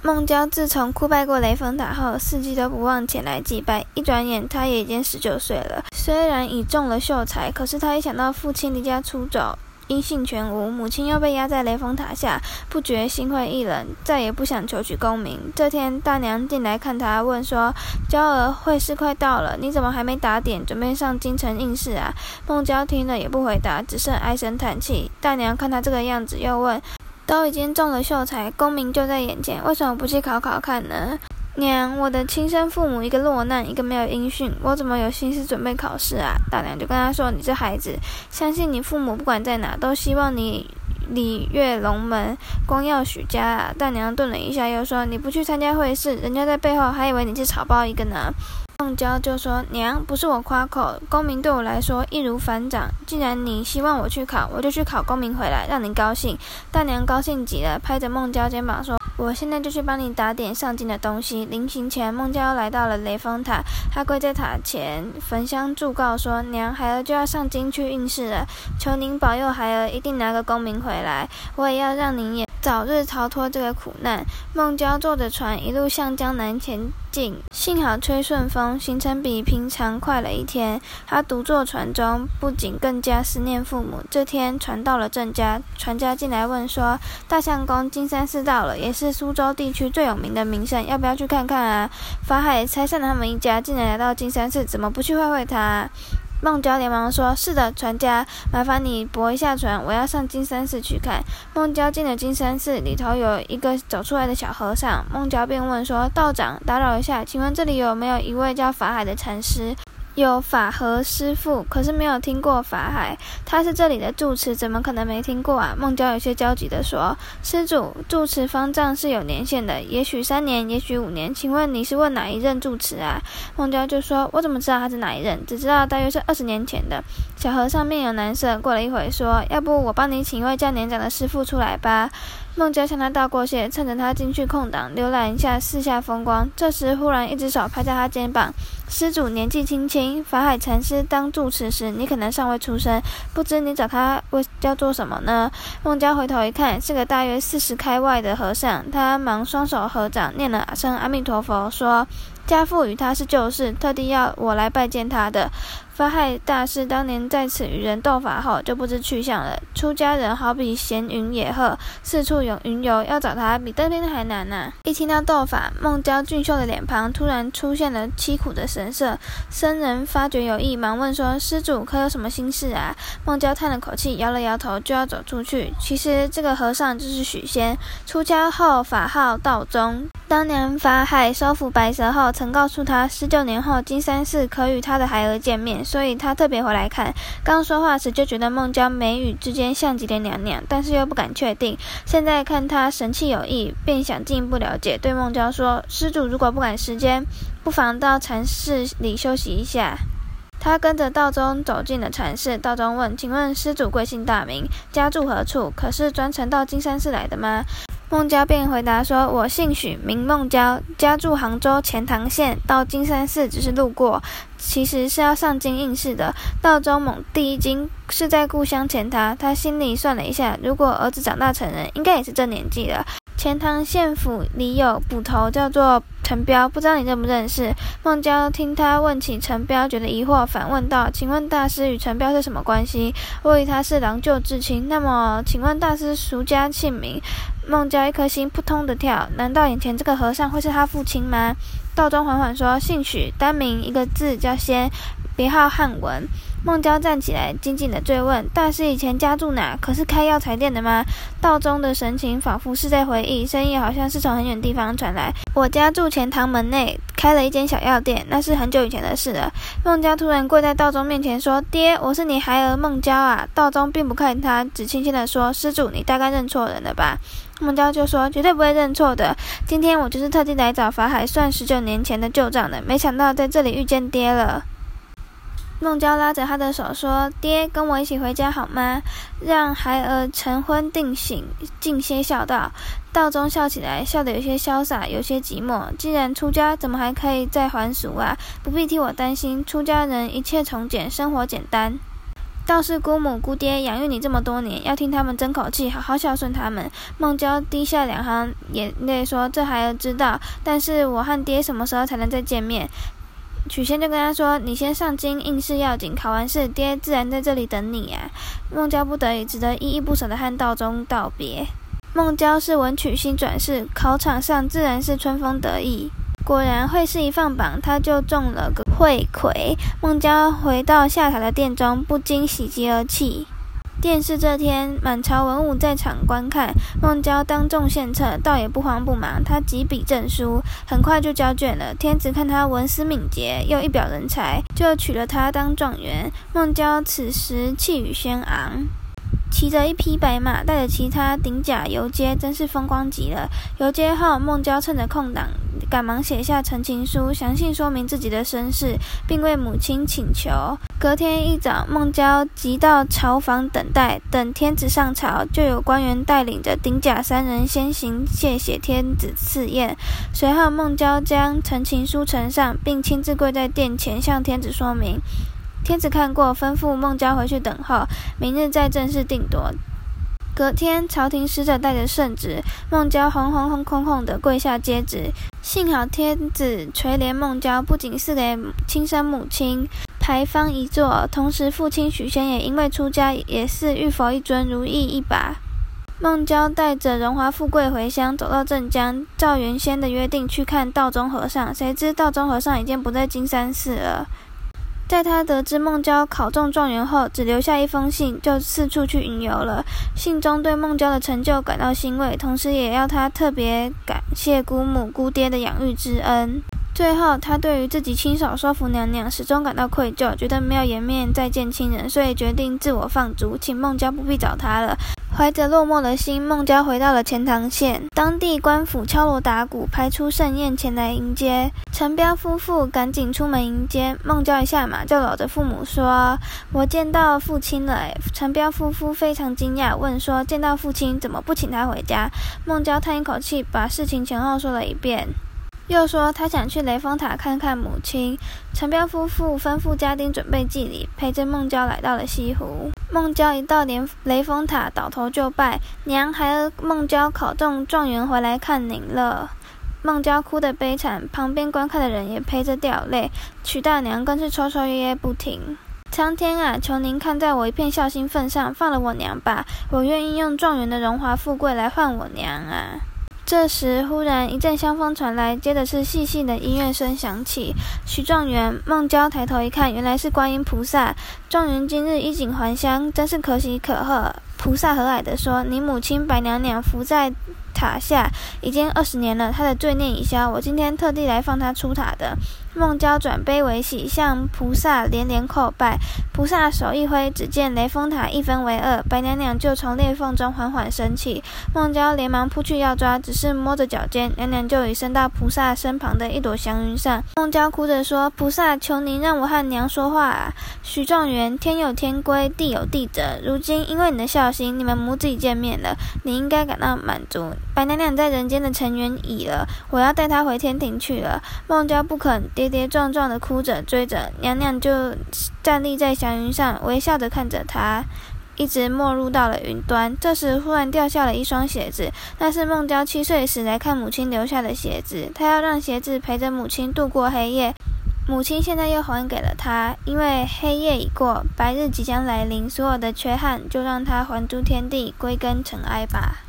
孟郊自从哭拜过雷峰塔后，4季都不忘前来祭拜，一转眼他也已经19岁了。虽然已中了秀才，可是他一想到父亲离家出走，音信全无，母亲又被压在雷峰塔下，不觉心灰意冷，再也不想求取功名。这天大娘进来看他，问说：娇儿，会试快到了，你怎么还没打点，准备上京城应试啊？孟郊听了也不回答，只是唉声叹气。大娘看他这个样子，又问：都已经中了秀才，功名就在眼前，为什么不去考考看呢？娘，我的亲生父母一个落难，一个没有音讯，我怎么有心思准备考试啊？大娘就跟他说：你这孩子，相信你父母不管在哪，都希望你礼乐龙门，光耀许家啊。大娘顿了一下，又说：你不去参加会试，人家在背后还以为你是草包一个呢。孟郊就说：娘，不是我夸口，功名对我来说易如反掌，既然你希望我去考，我就去考功名回来，让你高兴。大娘高兴极了，拍着孟郊肩膀说：我现在就去帮你打点上京的东西。临行前，孟郊来到了雷峰塔，他跪在塔前焚香祝告说：娘，孩儿就要上京去应试了，求您保佑孩儿一定拿个功名回来，我也要让您也早日逃脱这个苦难。孟郊坐着船一路向江南前进，幸好吹顺风，行程比平常快了1天。他独坐船中，不仅更加思念父母。这天船到了郑家，船家进来问说：大相公，金山寺到了，也是苏州地区最有名的名胜，要不要去看看啊？法海拆散了他们一家，竟然来到金山寺，怎么不去会会他啊？孟郊连忙说：是的，船家，麻烦你泊一下船，我要上金山寺去看。孟郊进了金山寺，里头有一个走出来的小和尚。孟郊便问说：道长，打扰一下，请问这里有没有一位叫法海的禅师？有法和师父，可是没有听过法海，他是这里的住持，怎么可能没听过啊？孟郊有些焦急地说：施主，住持方丈是有年限的，也许3年，也许5年，请问你是问哪一任住持啊？孟郊就说：我怎么知道他是哪一任，只知道大约是20年前的。小和尚面有难色，过了一会说：要不我帮你请一位较年长的师父出来吧。孟郊向他道过谢，趁着他进去空档，浏览一下四下风光。这时忽然一只手拍在他肩膀：施主年纪轻轻，法海禅师当住持时，你可能尚未出生，不知你找他叫做什么呢？孟郊回头一看，是个大约40开外的和尚，他忙双手合掌，念了声阿弥陀佛，说：家父与他是旧识，特地要我来拜见他的。法海大师当年在此与人斗法后就不知去向了。出家人好比闲云野鹤，四处有云游，要找他比登天还难啊！一听到斗法，孟郊俊秀的脸庞突然出现了凄苦的神色。僧人发觉有异，忙问说：施主可有什么心事啊？孟郊叹了口气，摇了摇头，就要走出去。其实这个和尚就是许仙，出家后法号道宗。当年法海收服白蛇后，曾告诉他19年后金山寺可与他的孩儿见面，所以他特别回来看。刚说话时就觉得孟郊眉宇之间像极了娘娘，但是又不敢确定。现在看他神气有异，便想进一步了解，对孟郊说：施主如果不赶时间，不妨到禅室里休息一下。他跟着道宗走进了禅室，道宗问：请问施主贵姓大名，家住何处？可是专程到金山寺来的吗？孟郊便回答说：我姓许，名孟郊，家住杭州钱塘县，到金山寺只是路过，其实是要上京应试的。道宗猛地一惊，是在故乡钱塘。他心里算了一下，如果儿子长大成人，应该也是这年纪了。钱塘县府里有捕头叫做陈彪，不知道你认不认识？孟郊听他问起陈彪，觉得疑惑，反问道：请问大师与陈彪是什么关系？我以为他是郎舅至亲，那么请问大师俗家姓名？孟郊一颗心扑通的跳，难道眼前这个和尚会是他父亲吗？道宗缓缓说：姓许，单名一个字叫仙，别号汉文。孟郊站起来，紧紧地追问：大师以前家住哪？可是开药材店的吗？道宗的神情仿佛是在回忆，声音好像是从很远地方传来：我家住钱塘门内，开了一间小药店，那是很久以前的事了。孟郊突然跪在道宗面前说：爹，我是你孩儿孟郊啊！道宗并不看他，只轻轻地说：施主，你大概认错人了吧？孟郊就说：绝对不会认错的，今天我就是特地来找法海算19年前的旧账的，没想到在这里遇见爹了。孟郊拉着他的手说：爹，跟我一起回家好吗？让孩儿晨昏定省，静歇孝道。道宗笑起来，笑得有些潇洒，有些寂寞。既然出家，怎么还可以再还俗啊？不必替我担心，出家人一切从简，生活简单。 倒是姑母姑爹养育你这么多年，要听他们争口气，好好孝顺他们。孟郊滴下2行眼泪说，这孩儿知道，但是我和爹什么时候才能再见面？许仙就跟他说，你先上京，应试要紧，考完试爹自然在这里等你啊。孟郊不得已只得依依不舍地和道宗道别。孟郊是文曲星转世，考场上自然是春风得意。果然会试一放榜，他就中了个会魁。孟郊回到下榻的殿中，不禁喜极而泣。殿试这天，满朝文武在场观看，孟郊当众献策，倒也不慌不忙，他几笔证书，很快就交卷了。天子看他文思敏捷，又一表人才，就取了他当状元。孟郊此时气宇轩昂，骑着一匹白马，带着其他顶甲游街，真是风光极了。游街后，孟郊趁着空档，赶忙写下陈情书，详细说明自己的身世，并为母亲请求。隔天一早，孟郊即到朝房等待，等天子上朝，就有官员带领着顶甲3人先行谢写天子赐宴。随后，孟郊将陈情书呈上，并亲自跪在殿前向天子说明。天子看过，吩咐孟郊回去等候，明日再正式定夺。隔天，朝廷使者带着圣旨，孟郊惶惶恐恐地跪下接旨。幸好天子垂怜孟郊，不仅赐给亲生母亲牌坊一座，同时父亲许仙也因为出家，也是玉佛一尊，如意一把。孟郊带着荣华富贵回乡，走到镇江，照原先的约定去看道宗和尚，谁知道宗和尚已经不在金山寺了。在他得知孟郊考中状元后，只留下一封信，就四处去云游了。信中对孟郊的成就感到欣慰，同时也要他特别感谢姑母姑爹的养育之恩。最后，他对于自己亲手收服娘娘始终感到愧疚，觉得没有颜面再见亲人，所以决定自我放逐，请孟郊不必找他了。怀着落寞的心，孟郊回到了钱塘县，当地官府敲锣打鼓，排出盛宴前来迎接。陈彪夫妇赶紧出门迎接，孟郊一下马就搂着父母说：“我见到父亲了。”陈彪夫妇非常惊讶，问说：“见到父亲怎么不请他回家？”孟郊叹一口气，把事情前后说了一遍。又说他想去雷峰塔看看母亲。陈彪夫妇吩咐家丁准备祭礼，陪着孟郊来到了西湖。孟郊一到雷峰塔，倒头就拜，娘孩儿孟郊考中状元回来看您了。孟郊哭得悲惨，旁边观看的人也陪着掉泪，曲大娘更是抽抽噎噎不停。苍天啊，求您看在我一片孝心份上，放了我娘吧，我愿意用状元的荣华富贵来换我娘啊。这时忽然一阵香风传来，接着是细细的音乐声响起。许状元，孟郊抬头一看，原来是观音菩萨。状元今日衣锦还乡，真是可喜可贺。菩萨和蔼地说：“你母亲白娘娘伏在塔下已经20年了，她的罪孽已消，我今天特地来放她出塔的。”孟郊转悲为喜，向菩萨连连叩拜。菩萨手一挥，只见雷峰塔一分为二，白娘娘就从裂缝中缓缓升起。孟郊连忙扑去要抓，只是摸着脚尖，娘娘就已升到菩萨身旁的一朵祥云上。孟郊哭着说：“菩萨，求您让我和娘说话啊！”许状元，天有天规，地有地则，如今因为你的孝心，你们母子已见面了，你应该感到满足。白娘娘在人间的尘缘已了，我要带她回天庭去了。孟郊不肯，跌跌撞撞的哭着追着，娘娘就站立在祥云上，微笑着看着他，一直没入到了云端。这时忽然掉下了一双鞋子，那是孟郊7岁时来看母亲留下的鞋子，他要让鞋子陪着母亲度过黑夜。母亲现在又还给了他，因为黑夜已过，白日即将来临，所有的缺憾就让他还诸天地，归根尘埃吧。